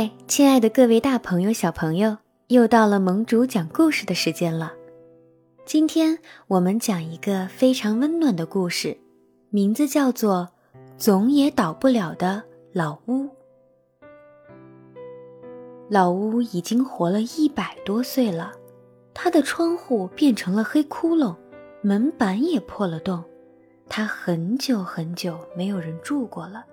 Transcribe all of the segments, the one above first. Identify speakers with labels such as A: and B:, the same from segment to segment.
A: 嗨，亲爱的各位大朋友小朋友，又到了盟主讲故事的时间了。今天我们讲一个非常温暖的故事，名字叫做总也倒不了的老屋。老屋已经活了100多岁了，它的窗户变成了黑窟窿，门板也破了洞，它很久很久没有人住过了。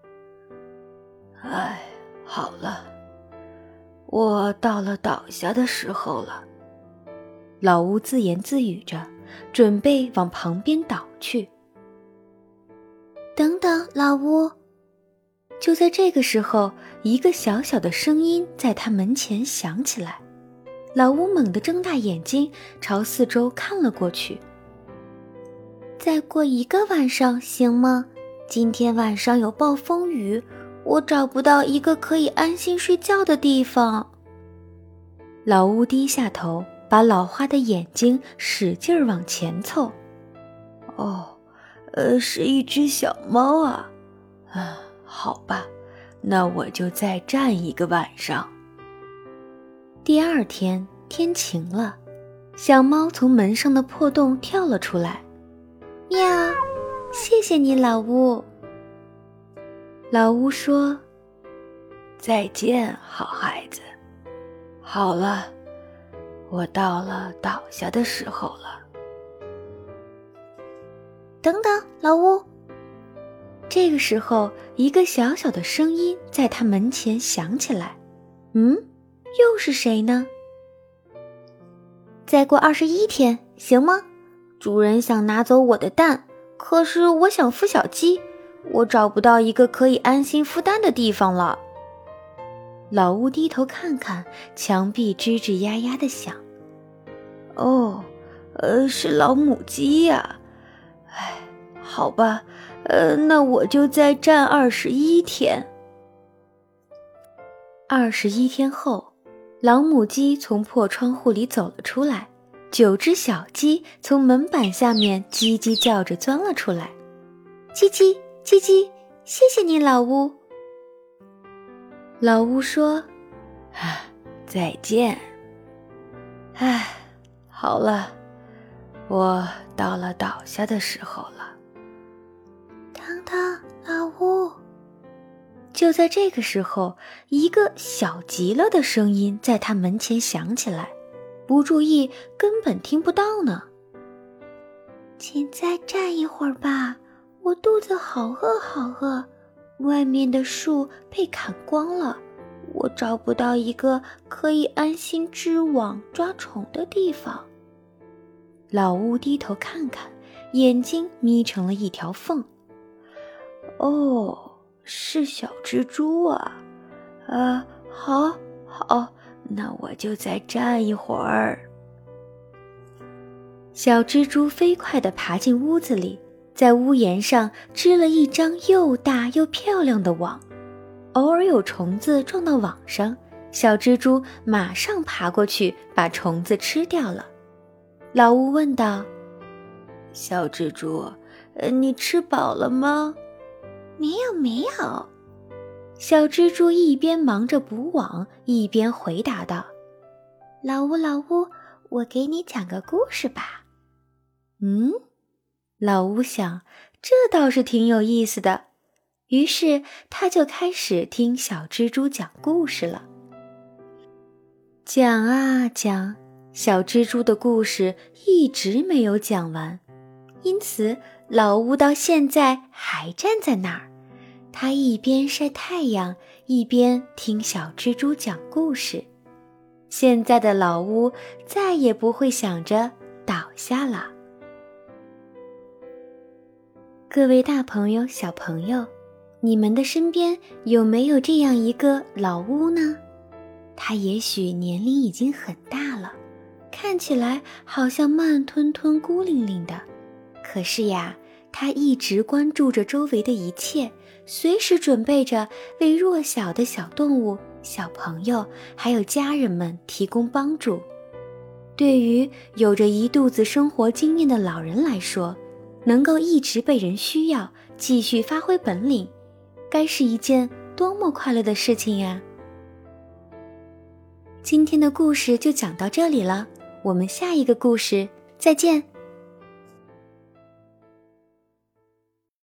B: 唉，好了，我到了倒下的时候了。
A: 老屋自言自语着，准备往旁边倒去。等等，老屋！就在这个时候，一个小小的声音在他门前响起来。老屋猛地睁大眼睛，朝四周看了过去。再过1个晚上行吗？今天晚上有暴风雨，我找不到一个可以安心睡觉的地方。老屋低下头，把老花的眼睛使劲往前凑。
B: 是一只小猫啊。好吧，那我就再站1个晚上。
A: 第二天天晴了，小猫从门上的破洞跳了出来。喵，谢谢你老屋。老屋说，
B: 再见，好孩子。好了，我到了倒下的时候了。
A: 等等，老屋！这个时候，一个小小的声音在他门前响起来。又是谁呢？再过21天，行吗？主人想拿走我的蛋，可是我想孵小鸡，我找不到一个可以安心孵蛋的地方了。老屋低头看看，墙壁吱吱呀呀地响。
B: 是老母鸡呀。好吧，那我就再站21天。
A: 21天后，老母鸡从破窗户里走了出来，9只小鸡从门板下面叽叽叫着钻了出来。叽叽叽叽，谢谢你老屋。老屋说，
B: 再见。好了，我到了倒下的时候了。
A: 等等，老屋！就在这个时候，一个小极了的声音在他门前响起来，不注意根本听不到呢。请再站一会儿吧，我肚子好饿好饿，外面的树被砍光了，我找不到一个可以安心织网抓虫的地方。老屋低头看看，眼睛眯成了一条缝。
B: 是小蜘蛛啊。好，那我就再站一会儿。
A: 小蜘蛛飞快地爬进屋子里，在屋檐上织了一张又大又漂亮的网。偶尔有虫子撞到网上，小蜘蛛马上爬过去把虫子吃掉了。老屋问道，
B: 小蜘蛛，你吃饱了吗？
A: 没有。小蜘蛛一边忙着补网，一边回答道，老屋，我给你讲个故事吧。老屋想，这倒是挺有意思的，于是他就开始听小蜘蛛讲故事了。讲啊讲，小蜘蛛的故事一直没有讲完，因此老屋到现在还站在那儿。他一边晒太阳，一边听小蜘蛛讲故事。现在的老屋再也不会想着倒下了。各位大朋友小朋友，你们的身边有没有这样一个老屋呢？他也许年龄已经很大了，看起来好像慢吞吞孤零零的，可是呀，他一直关注着周围的一切，随时准备着为弱小的小动物、小朋友还有家人们提供帮助。对于有着一肚子生活经验的老人来说，能够一直被人需要，继续发挥本领，该是一件多么快乐的事情呀！ 今天的故事就讲到这里了，我们下一个故事再见。